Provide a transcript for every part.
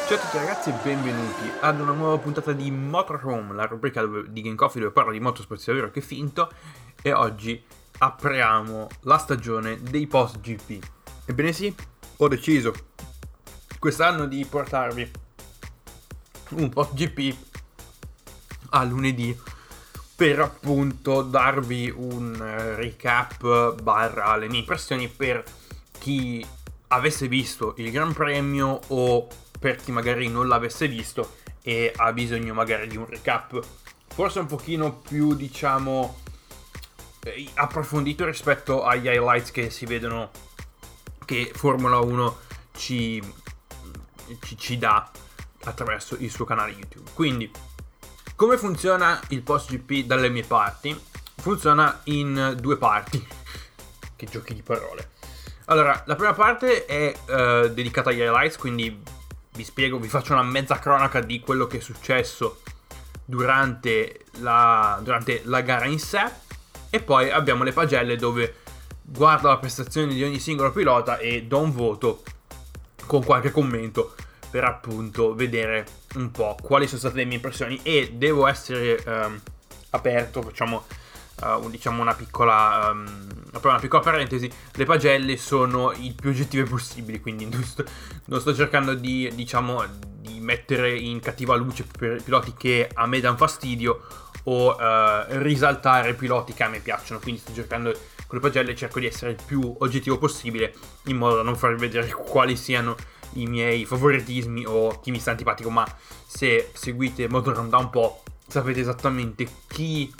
Ciao a tutti ragazzi e benvenuti ad una nuova puntata di Motorhome, la rubrica di Game Coffee dove parlo di motorsport sia vero che finto, e oggi apriamo la stagione dei post GP. Ebbene sì, ho deciso quest'anno di portarvi un post GP a lunedì per appunto darvi un recap barra le mie impressioni per chi avesse visto il Gran Premio o per chi magari non l'avesse visto e ha bisogno magari di un recap forse un pochino più, diciamo, approfondito rispetto agli highlights che si vedono che Formula 1 ci dà attraverso il suo canale YouTube. Quindi, come funziona il post GP dalle mie parti? Funziona in due parti. Che giochi di parole. Allora, la prima parte è dedicata agli highlights, quindi vi faccio una mezza cronaca di quello che è successo durante la gara in sé, e poi abbiamo le pagelle dove guardo la prestazione di ogni singolo pilota e do un voto con qualche commento per appunto vedere un po' quali sono state le mie impressioni. E devo essere aperto, facciamo una piccola parentesi: le pagelle sono il più oggettive possibili, quindi non sto cercando di mettere in cattiva luce per piloti che a me danno fastidio o risaltare piloti che a me piacciono. Quindi sto cercando, con le pagelle cerco di essere il più oggettivo possibile, in modo da non farvi vedere quali siano i miei favoritismi o chi mi sta antipatico. Ma se seguite Motorhome da un po' sapete esattamente chi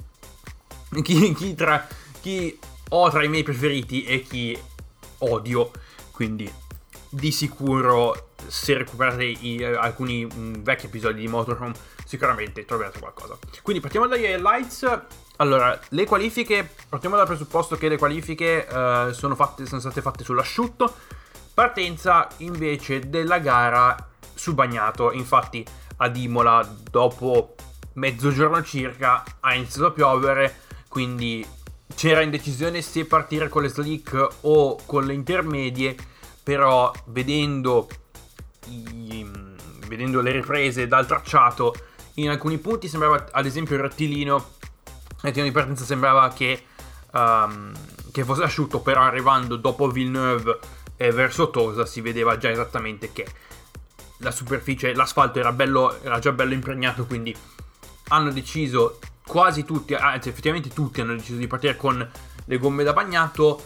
ho tra i miei preferiti e chi odio. Quindi di sicuro, se recuperate alcuni vecchi episodi di Motorhome, sicuramente troverete qualcosa. Quindi partiamo dagli highlights. Allora, le qualifiche, partiamo dal presupposto che le qualifiche sono state fatte sull'asciutto. Partenza invece della gara sul bagnato. Infatti ad Imola, dopo mezzogiorno circa, ha iniziato a piovere, quindi c'era indecisione se partire con le slick o con le intermedie. Però vedendo le riprese dal tracciato, in alcuni punti sembrava, ad esempio il rettilineo di partenza sembrava che fosse asciutto, però arrivando dopo Villeneuve e verso Tosa si vedeva già esattamente che la superficie, l'asfalto era già bello impregnato. Quindi hanno deciso quasi tutti, anzi effettivamente tutti hanno deciso di partire con le gomme da bagnato.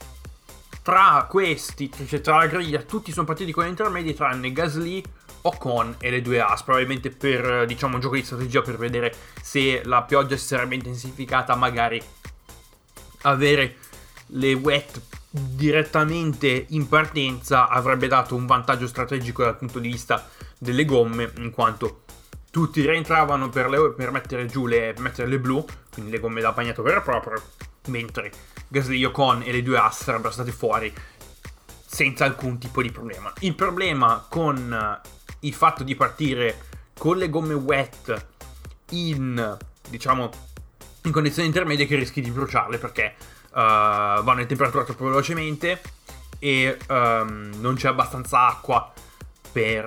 Tra questi, cioè tra la griglia, tutti sono partiti con le intermedie tranne Gasly, Ocon e le due Haas, probabilmente per, diciamo, un gioco di strategia, per vedere se la pioggia si sarebbe intensificata, magari avere le wet direttamente in partenza avrebbe dato un vantaggio strategico dal punto di vista delle gomme, in quanto tutti rientravano per mettere le blu, quindi le gomme da bagnato vero e proprio, mentre Gasly, Ocon e le due Haas sarebbero state fuori senza alcun tipo di problema. Il problema con il fatto di partire con le gomme wet in condizioni intermedie è che rischi di bruciarle, perché vanno in temperatura troppo velocemente e non c'è abbastanza acqua per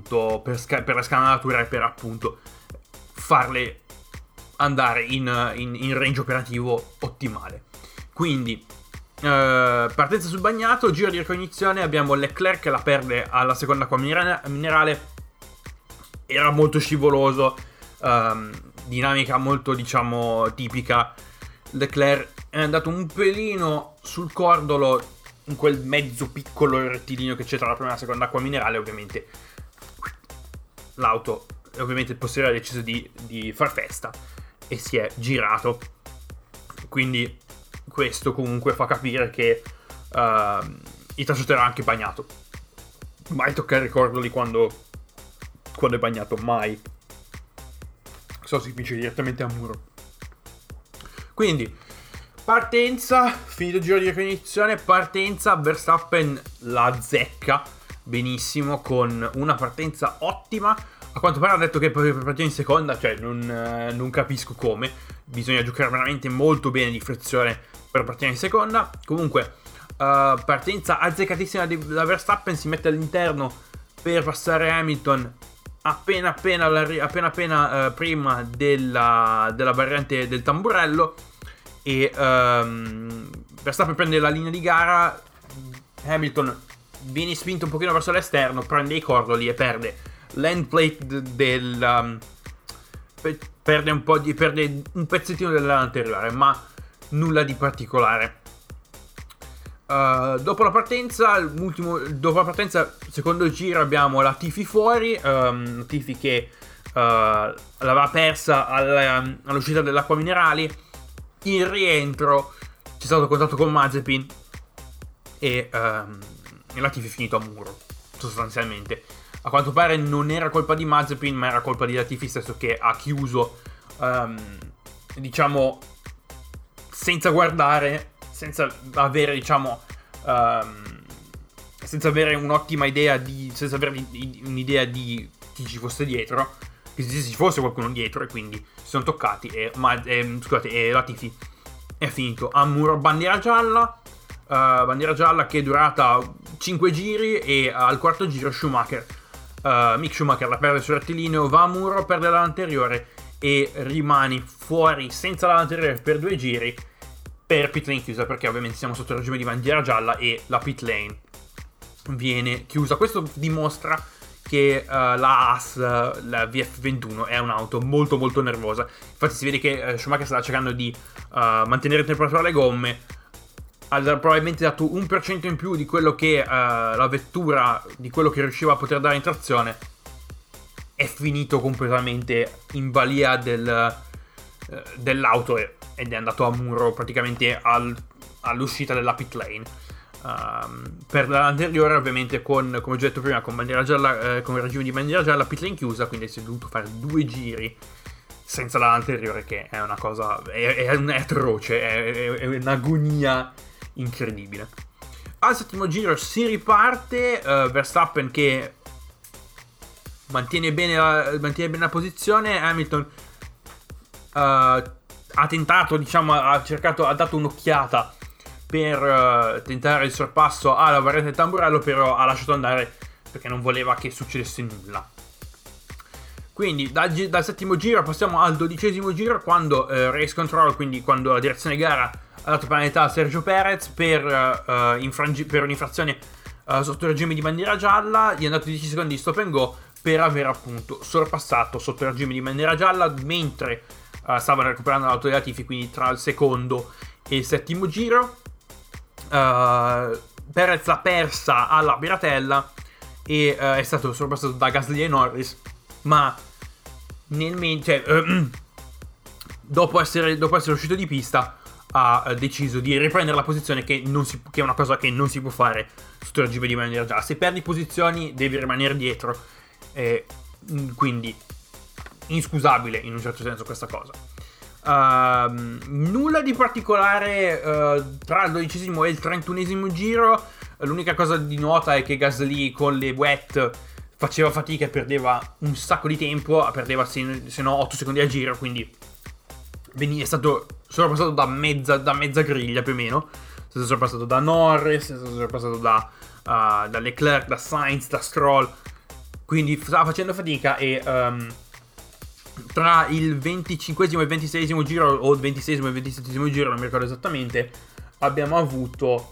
la scanalatura e per appunto farle andare in range operativo ottimale. Quindi partenza sul bagnato, giro di ricognizione, abbiamo Leclerc che la perde alla seconda acqua minerale. Era molto scivoloso, dinamica molto, diciamo, tipica. Leclerc è andato un pelino sul cordolo in quel mezzo piccolo rettilineo che c'è tra la prima e la seconda acqua minerale. Ovviamente l'auto, ovviamente il posteriore, ha deciso di far festa e si è girato. Quindi questo comunque fa capire che il tracciato era anche bagnato. Mai toccare i cordoli quando è bagnato, mai. Si finisce direttamente a muro. Quindi partenza, finito il giro di ricognizione, Verstappen la azzecca benissimo con una partenza ottima. A quanto pare ha detto che per partire in seconda, cioè non capisco come. Bisogna giocare veramente molto bene di frizione per partire in seconda. Comunque partenza azzeccatissima da Verstappen, si mette all'interno per passare Hamilton appena prima della variante del tamburello, e Verstappen prende la linea di gara. Hamilton viene spinto un pochino verso l'esterno, prende i cordoli e perde l'end plate perde un pezzettino dell'ala anteriore, ma nulla di particolare. Dopo la partenza, secondo giro, abbiamo Latifi fuori. Latifi che l'aveva persa all'uscita dell'acqua minerali. In rientro c'è stato contatto con Mazepin e Latifi è finito a muro, sostanzialmente. A quanto pare non era colpa di Mazepin, ma era colpa di Latifi stesso, che ha chiuso diciamo senza guardare, senza avere senza avere un'ottima idea senza avere un'idea di chi ci fosse dietro, che ci fosse qualcuno dietro, e quindi si sono toccati e Latifi è finito a muro. Bandiera gialla che è durata 5 giri, e al quarto giro Mick Schumacher la perde sul rettilineo, va a muro, perde l'anteriore e rimane fuori senza l'anteriore per 2 giri per pit lane chiusa, perché ovviamente siamo sotto il regime di bandiera gialla e la pit lane viene chiusa. Questo dimostra che la Haas, la VF21, è un'auto molto molto nervosa. Infatti si vede che Schumacher stava cercando di mantenere il temperatura alle gomme, ha probabilmente dato 1% in più di quello che la vettura, di quello che riusciva a poter dare in trazione. È finito completamente in balia dell'auto ed è andato a muro praticamente all'uscita della pit lane. Per l'anteriore, ovviamente, come ho già detto prima, con bandiera gialla, con il regime di bandiera gialla, pit lane chiusa, quindi si è dovuto fare 2 giri senza l'anteriore, che è una cosa è atroce, è un'agonia incredibile. Al settimo giro si riparte, Verstappen che mantiene bene la posizione. Hamilton ha tentato, ha dato un'occhiata per tentare il sorpasso alla variante del tamburello, però ha lasciato andare perché non voleva che succedesse nulla. Quindi dal settimo giro passiamo al 12° giro, quando race control, quindi quando la direzione gara ha dato penalità a Sergio Perez per un'infrazione sotto il regime di bandiera gialla. Gli è andato 10 secondi di stop and go per aver appunto sorpassato sotto il regime di bandiera gialla mentre stavano recuperando l'auto di Latifi, quindi tra il secondo e il settimo giro. Perez l'ha persa alla piratella e è stato sorpassato da Gasly e Norris, ma dopo essere uscito di pista ha deciso di riprendere la posizione, che è una cosa che non si può fare sotto il regime di bandiera gialla. Se perdi posizioni devi rimanere dietro, quindi inscusabile in un certo senso questa cosa. Nulla di particolare tra il 12° e il 31° giro. L'unica cosa di nota è che Gasly con le wet faceva fatica e perdeva un sacco di tempo, perdeva se no 8 secondi a giro, quindi è stato sorpassato da mezza griglia più o meno. È stato sorpassato da Norris, è stato sorpassato da Leclerc, da Sainz, da Stroll, quindi stava facendo fatica. E tra il 25° e il 26° giro, o il 26° e il 27° giro, non mi ricordo esattamente, abbiamo avuto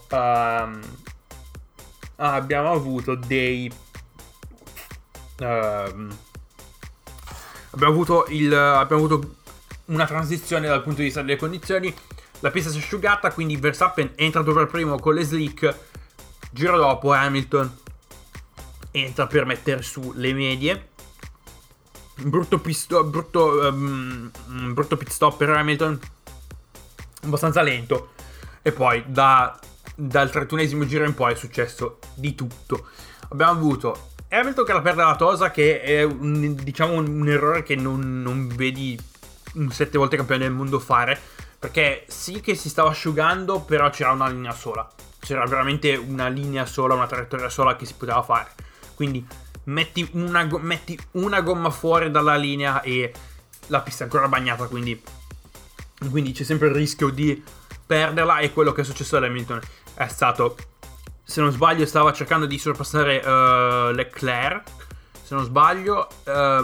una transizione dal punto di vista delle condizioni. La pista si è asciugata, quindi Verstappen è entrato per primo con le slick. Giro dopo Hamilton entra per mettere su le medie. Brutto pit stop per Hamilton, abbastanza lento. E poi dal 31° giro in poi è successo di tutto. Abbiamo avuto Hamilton che la perde la tosa, che è un errore che non vedi un 7 volte campione del mondo fare, perché sì che si stava asciugando, però c'era una linea sola, c'era veramente una linea sola, una traiettoria sola che si poteva fare. Quindi metti una gomma fuori dalla linea e la pista è ancora bagnata, quindi c'è sempre il rischio di perderla, e quello che è successo ad Hamilton è stato se non sbaglio stava cercando di sorpassare Leclerc, se non sbaglio, ha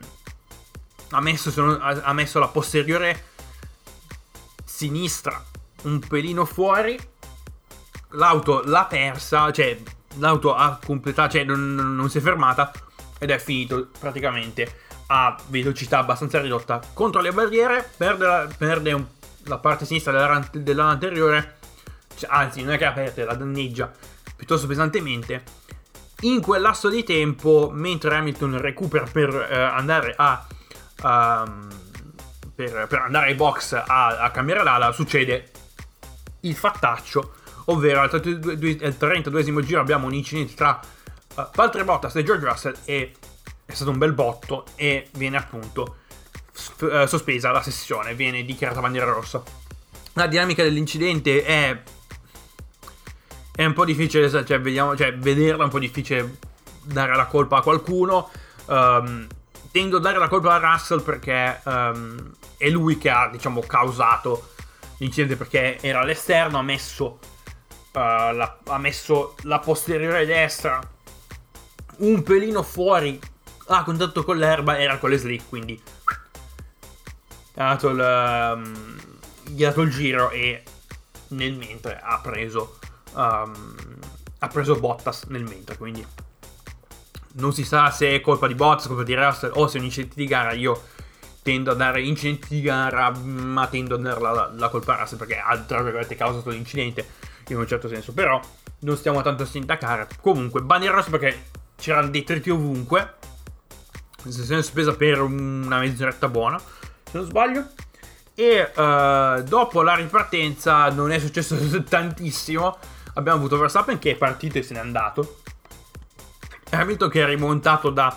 messo la posteriore sinistra un pelino fuori, l'auto l'ha persa, cioè l'auto ha completato, cioè non si è fermata ed è finito praticamente a velocità abbastanza ridotta contro le barriere, perde la parte sinistra dell'ala anteriore, cioè, anzi non è che la perde, la danneggia piuttosto pesantemente. In quel lasso di tempo, mentre Hamilton recupera per andare per andare ai box a cambiare l'ala, succede il fattaccio, ovvero al 32esimo giro abbiamo un incidente tra Valtteri Bottas e George Russell, e è stato un bel botto e viene appunto sospesa la sessione, viene dichiarata bandiera rossa. La dinamica dell'incidente è un po' difficile, cioè vederla è un po' difficile dare la colpa a qualcuno. Tendo a dare la colpa a Russell perché è lui che ha, diciamo, causato l'incidente, perché era all'esterno, ha messo la posteriore destra un pelino fuori a contatto con l'erba, era con le slick, quindi gli ha dato il giro e nel mentre ha preso Bottas nel mentre, quindi non si sa se è colpa di Bottas, colpa di Russell o se è un incidente di gara. Io tendo a dare incidenti di gara, ma tendo a dare la colpa a Russell perché ha tra virgolette causato l'incidente in un certo senso, però non stiamo tanto a sindacare. Comunque bandiera rossa perché c'erano detriti ovunque, sessione sospesa per una mezz'oretta buona se non sbaglio, e dopo la ripartenza non è successo tantissimo. Abbiamo avuto Verstappen che è partito e se n'è andato, Hamilton che è rimontato da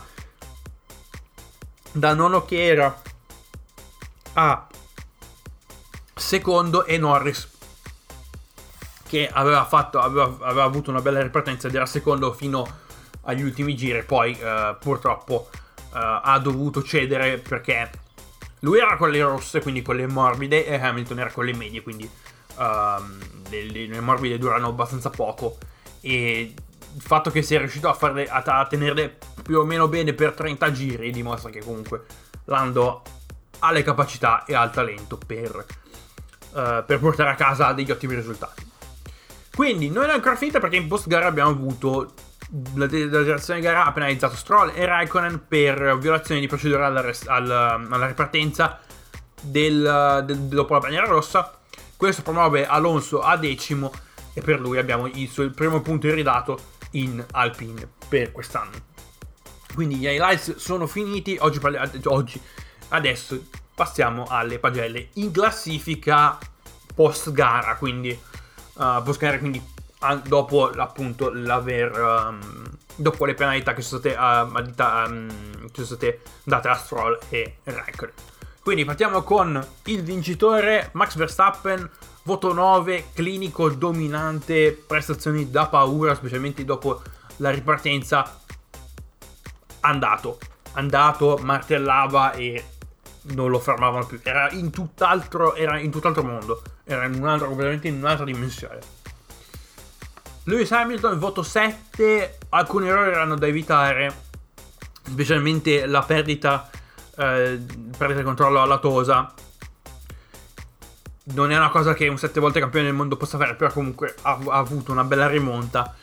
nono che era a secondo, e Norris che aveva avuto una bella ripartenza ed era secondo fino agli ultimi giri, poi purtroppo ha dovuto cedere perché lui era con le rosse, quindi con le morbide, e Hamilton era con le medie, quindi le morbide durano abbastanza poco, e il fatto che sia riuscito a tenerle più o meno bene per 30 giri dimostra che comunque Lando ha le capacità e ha il talento per portare a casa degli ottimi risultati. Quindi non è ancora finita, perché in post gara abbiamo avuto la direzione di gara, ha penalizzato Stroll e Raikkonen per violazione di procedura alla ripartenza dopo la bandiera rossa. Questo promuove Alonso a 10° e per lui abbiamo il primo punto iridato in Alpine per quest'anno. Quindi gli highlights sono finiti. Adesso passiamo alle pagelle in classifica post gara, quindi dopo appunto dopo le penalità che sono state date a Stroll e Raikkonen. Quindi partiamo con il vincitore Max Verstappen, voto 9, clinico, dominante, prestazioni da paura, specialmente dopo la ripartenza. Andato, martellava e non lo fermavano più, era in tutt'altro mondo, era completamente in un'altra dimensione. Lewis Hamilton, voto 7, alcuni errori erano da evitare, specialmente la perdita di controllo alla tosa. Non è una cosa che un 7 volte campione del mondo possa fare, però comunque ha avuto una bella rimonta,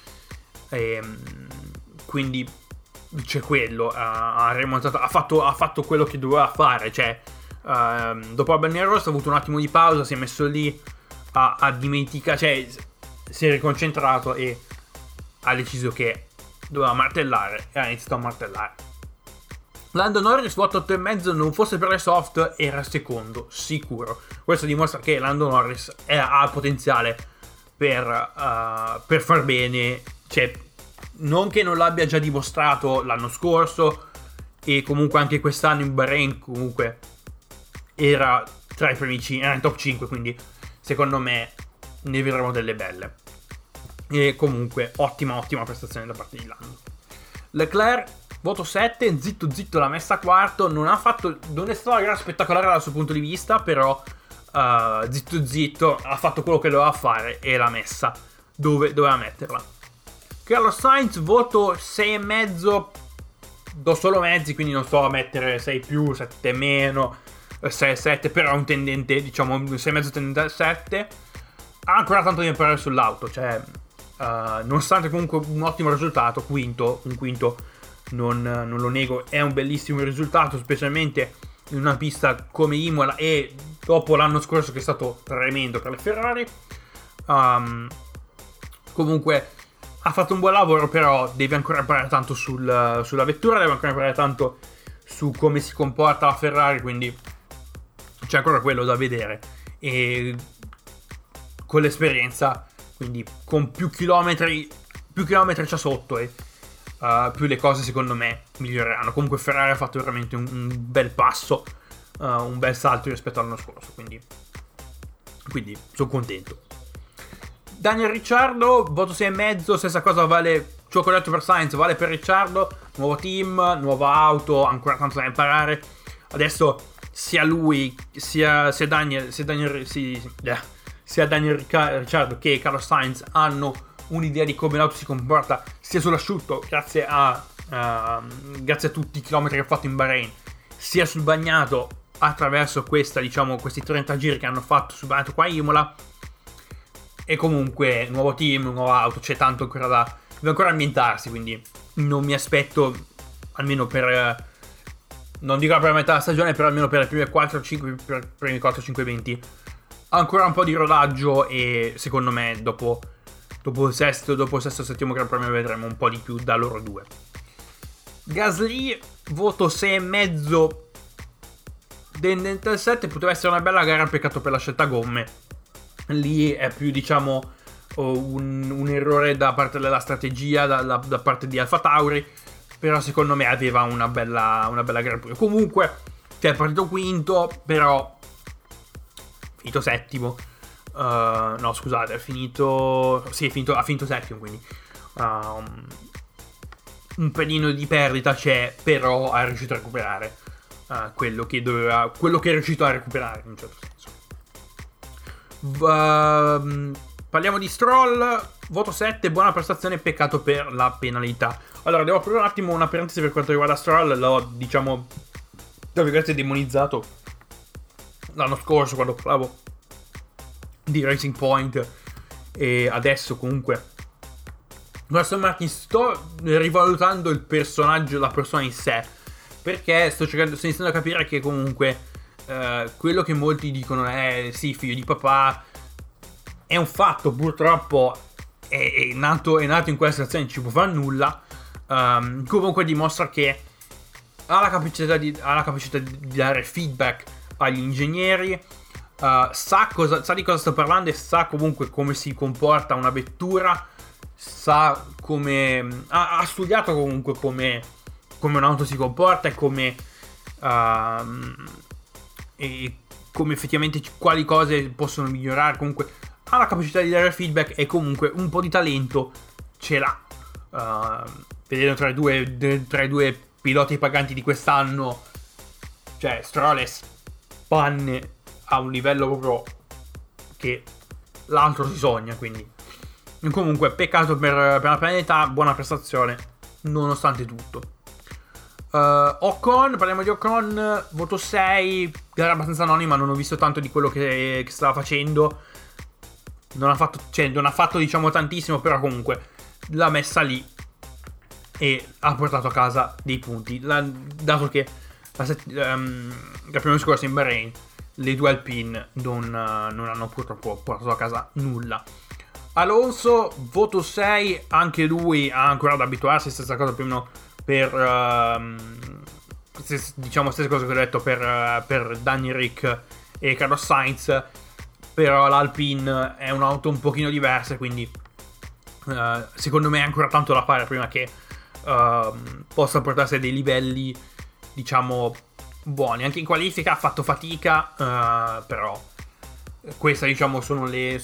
quindi c'è quello, ha rimontato, ha fatto quello che doveva fare, cioè dopo la bandiera rossa ha avuto un attimo di pausa, si è messo lì a dimenticare, cioè si è riconcentrato e ha deciso che doveva martellare e ha iniziato a martellare. Lando Norris, voto 8,5, non fosse per le soft era secondo sicuro. Questo dimostra che Lando Norris ha il potenziale per far bene, cioè non che non l'abbia già dimostrato l'anno scorso, e comunque anche quest'anno in Bahrain comunque era tra i primi era in top 5, quindi secondo me ne vedremo delle belle. E comunque ottima prestazione da parte di Lando. Leclerc, voto 7, zitto l'ha messa a quarto, non è stata una gara spettacolare dal suo punto di vista, però zitto ha fatto quello che doveva fare e l'ha messa dove doveva metterla. Carlos Sainz voto 6,5, do solo mezzi, quindi non sto a mettere 6 più, 7 meno, 6, 7, però è un tendente, diciamo 6,5 tendente al 7. Ha ancora tanto da imparare sull'auto, cioè nonostante comunque un ottimo risultato, un quinto non lo nego, è un bellissimo risultato, specialmente in una pista come Imola e dopo l'anno scorso che è stato tremendo per le Ferrari. Comunque ha fatto un buon lavoro, però deve ancora imparare tanto sulla vettura, deve ancora imparare tanto su come si comporta la Ferrari, quindi c'è ancora quello da vedere. E con l'esperienza, quindi con più chilometri c'ha sotto e più le cose secondo me miglioreranno. Comunque Ferrari ha fatto veramente un bel passo, un bel salto rispetto all'anno scorso, quindi sono contento. Daniel Ricciardo, voto 6,5, stessa cosa vale, ciò che ho detto per Sainz vale per Ricciardo, nuovo team, nuova auto, ancora tanto da imparare. Adesso sia lui, sia Daniel Ricciardo che Carlos Sainz hanno un'idea di come l'auto si comporta sia sull'asciutto, grazie a tutti i chilometri che ha fatto in Bahrain, sia sul bagnato attraverso questi 30 giri che hanno fatto sul bagnato qua a Imola. E comunque nuovo team, nuova auto, c'è tanto ancora deve ancora ambientarsi, quindi non mi aspetto, almeno per non dico per metà della stagione, però almeno per le prime 4-5 eventi ancora un po' di rodaggio, e secondo me dopo il sesto settimo Gran Premio vedremo un po' di più da loro due. Gasly, voto 6,5, tendente al 7, poteva essere una bella gara, peccato per la scelta gomme. Lì è più un errore da parte della strategia, da parte di AlphaTauri, però secondo me aveva una bella gara. Comunque è partito quinto, però finito settimo. No, scusate, ha finito settimo, quindi un pelino di perdita c'è, però è riuscito a recuperare quello che è riuscito a recuperare in un certo senso. Parliamo di Stroll, voto 7, buona prestazione, peccato per la penalità. Allora, devo aprire un attimo una parentesi per quanto riguarda Stroll. L'ho, tra virgolette, demonizzato l'anno scorso quando parlavo di Racing Point, e adesso comunque con Aston Martin sto rivalutando il personaggio, la persona in sé, perché sto iniziando a capire che comunque quello che molti dicono è sì, figlio di papà, è un fatto, purtroppo è nato in quella situazione, non ci può fare nulla. Comunque dimostra che ha la capacità di dare feedback agli ingegneri, sa di cosa sta parlando e sa comunque come si comporta una vettura, sa come ha studiato comunque come un'auto si comporta e come effettivamente quali cose possono migliorare. Comunque ha la capacità di dare feedback e comunque un po' di talento ce l'ha. Vedendo tra i due piloti paganti di quest'anno, cioè Stroll e Spanne a un livello proprio che l'altro si sogna, quindi comunque peccato per la penalità, buona prestazione nonostante tutto. Ocon, parliamo di Ocon, voto 6, gara abbastanza anonima, non ho visto tanto di quello che stava facendo, non ha fatto diciamo tantissimo, però comunque l'ha messa lì e ha portato a casa dei punti, dato che la prima scorsa in Bahrain le due Alpine non hanno purtroppo portato a casa nulla. Alonso, voto 6, anche lui ha ancora da abituarsi, stessa cosa più o meno stessa cosa che ho detto per Daniel Rick e Carlos Sainz, però l'Alpine è un'auto un pochino diversa, quindi secondo me è ancora tanto da fare prima che possa portarsi a dei livelli diciamo buoni. Anche in qualifica ha fatto fatica, però queste diciamo sono le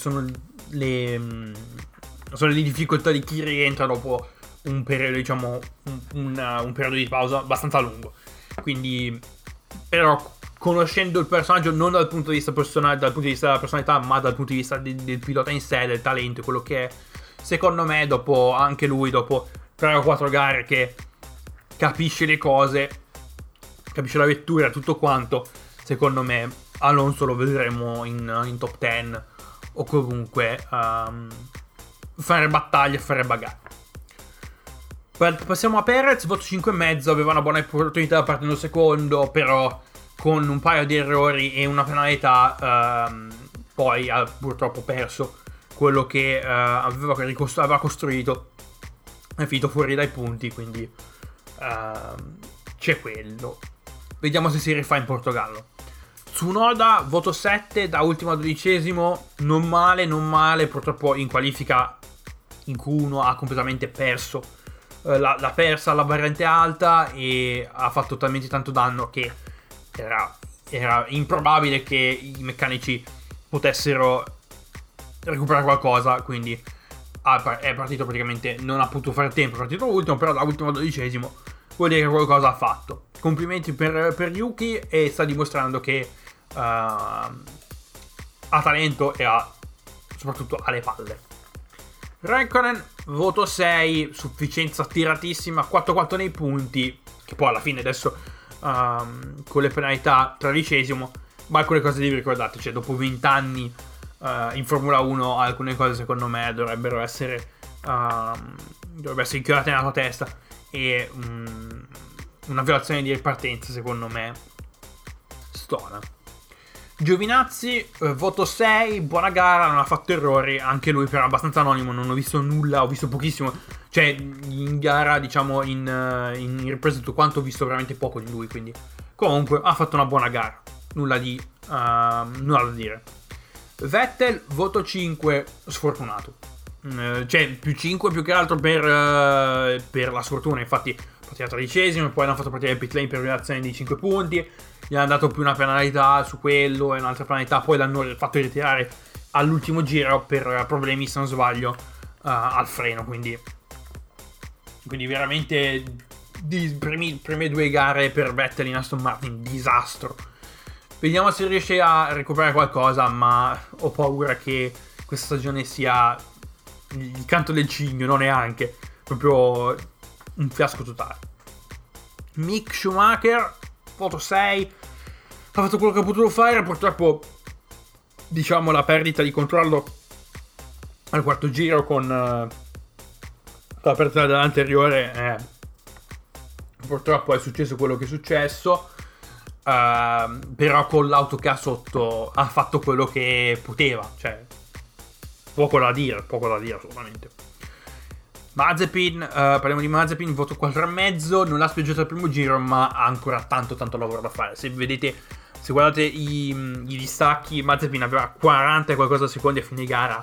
difficoltà di chi rientra dopo un periodo, diciamo un periodo di pausa abbastanza lungo. Quindi però conoscendo il personaggio non dal punto di vista personale, dal punto di vista della personalità, ma dal punto di vista del pilota in sé, del talento, quello che è, secondo me dopo 3 o 4 gare che capisce le cose, capisce la vettura, tutto quanto, secondo me Alonso lo vedremo in top 10 o comunque fare battaglie, fare bagarre. Passiamo a Perez, voto 5,5, aveva una buona opportunità partendo secondo, però con un paio di errori e una penalità poi ha purtroppo perso quello che aveva costruito, è finito fuori dai punti, quindi c'è quello. Vediamo se si rifà in Portogallo. Tsunoda, voto 7, da ultimo a 12esimo, non male, purtroppo in qualifica in Q1 ha completamente perso, l'ha persa alla variante alta e ha fatto talmente tanto danno che era improbabile che i meccanici potessero recuperare qualcosa, quindi è partito praticamente, non ha potuto fare tempo, è partito ultimo, però da ultimo a 12esimo vuol dire che qualcosa ha fatto. Complimenti per Yuki, e sta dimostrando che ha talento e soprattutto ha le palle. Raikkonen, voto 6, sufficienza tiratissima, 4-4 nei punti, che poi alla fine adesso con le penalità 13esimo, ma alcune cose devi ricordare, cioè dopo 20 anni in Formula 1 alcune cose secondo me dovrebbero essere inchiodate nella tua testa, e una violazione di ripartenza secondo me stona. Giovinazzi, voto 6, buona gara, non ha fatto errori, anche lui però abbastanza anonimo, non ho visto nulla, ho visto pochissimo, cioè in gara, diciamo in ripresa tutto quanto ho visto veramente poco di lui, quindi comunque ha fatto una buona gara, nulla da dire. Vettel, voto 5, sfortunato, cioè più 5 più che altro per la sfortuna, infatti partita 13esimo, poi hanno fatto partire il pit lane per violazione di 5 punti, gli hanno dato più una penalità su quello e un'altra penalità, poi l'hanno fatto ritirare all'ultimo giro per problemi, se non sbaglio, al freno, quindi veramente prime 2 gare per Vettel in Aston Martin, disastro. Vediamo se riesce a recuperare qualcosa, ma ho paura che questa stagione sia il canto del cigno, non neanche, proprio un fiasco totale. Mick Schumacher, voto 6, ha fatto quello che ha potuto fare, purtroppo diciamo la perdita di controllo al quarto giro con la perdita dell'anteriore, purtroppo è successo quello che è successo, però con l'auto che ha sotto ha fatto quello che poteva, cioè poco da dire assolutamente. Mazepin, parliamo di Mazepin, voto 4,5, non l'ha spiaggiato al primo giro, ma ha ancora tanto lavoro da fare. Se guardate i distacchi, Mazepin aveva 40 e qualcosa secondi a fine gara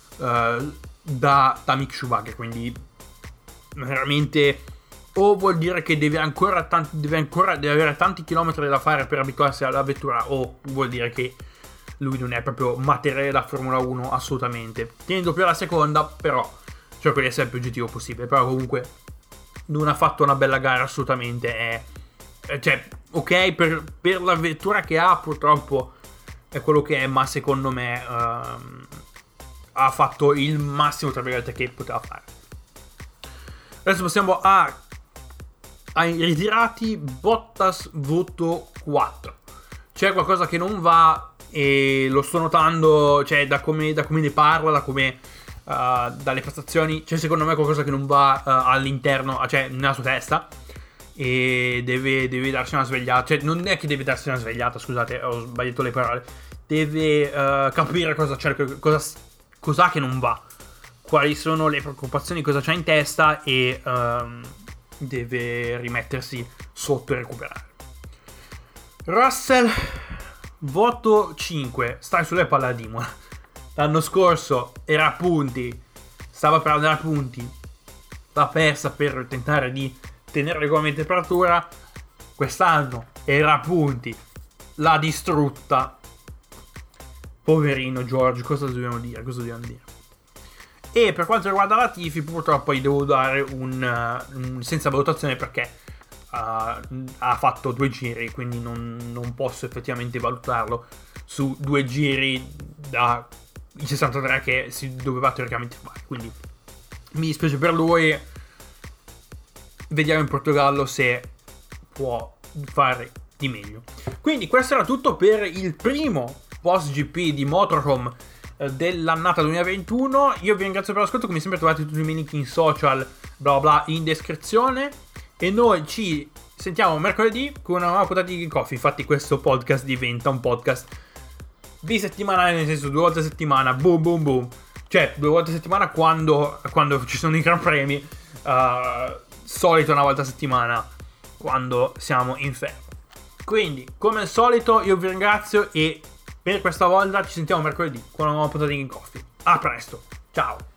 da Mick Schumacher, quindi veramente o vuol dire che deve avere tanti chilometri da fare per abituarsi alla vettura, o vuol dire che lui non è proprio materiale da Formula 1 assolutamente. Tenendo più alla seconda, però cerco di essere il più oggettivo possibile, però comunque non ha fatto una bella gara assolutamente, cioè ok per la vettura che ha, purtroppo è quello che è, ma secondo me ha fatto il massimo tra virgolette che poteva fare. Adesso passiamo ai ritirati. Bottas, voto 4, c'è qualcosa che non va e lo sto notando, cioè da come ne parla, dalle prestazioni, c'è secondo me qualcosa che non va all'interno, cioè nella sua testa, e deve darsi una svegliata, cioè non è che deve darsi una svegliata, scusate, ho sbagliato le parole, deve capire cosa che non va, quali sono le preoccupazioni, cosa c'ha in testa, e deve rimettersi sotto e recuperare. Russell, voto 5, stai sulle palle a Imola. L'anno scorso era a punti, stava per andare a punti, l'ha persa per tentare di tenere regolarmente temperatura. Quest'anno era a punti, l'ha distrutta. Poverino George, cosa dobbiamo dire? E per quanto riguarda Latifi, purtroppo gli devo dare un senza valutazione, perché ha fatto 2 giri, quindi non posso effettivamente valutarlo su 2 giri da i 63 che si doveva teoricamente fare, quindi mi dispiace per lui. Vediamo in Portogallo se può fare di meglio. Quindi questo era tutto per il primo post GP di Motorhome dell'annata 2021. Io vi ringrazio per l'ascolto, come sempre trovate tutti i miei link in social bla bla in descrizione, e noi ci sentiamo mercoledì con una nuova puntata di Geek Coffee. Infatti questo podcast diventa un podcast bisettimanale, nel senso 2 volte a settimana, boom boom boom, cioè 2 volte a settimana quando ci sono i Gran Premi, solito una volta a settimana quando siamo in ferie. Quindi come al solito io vi ringrazio e per questa volta ci sentiamo mercoledì con una nuova puntata di Geek Coffee. A presto, ciao.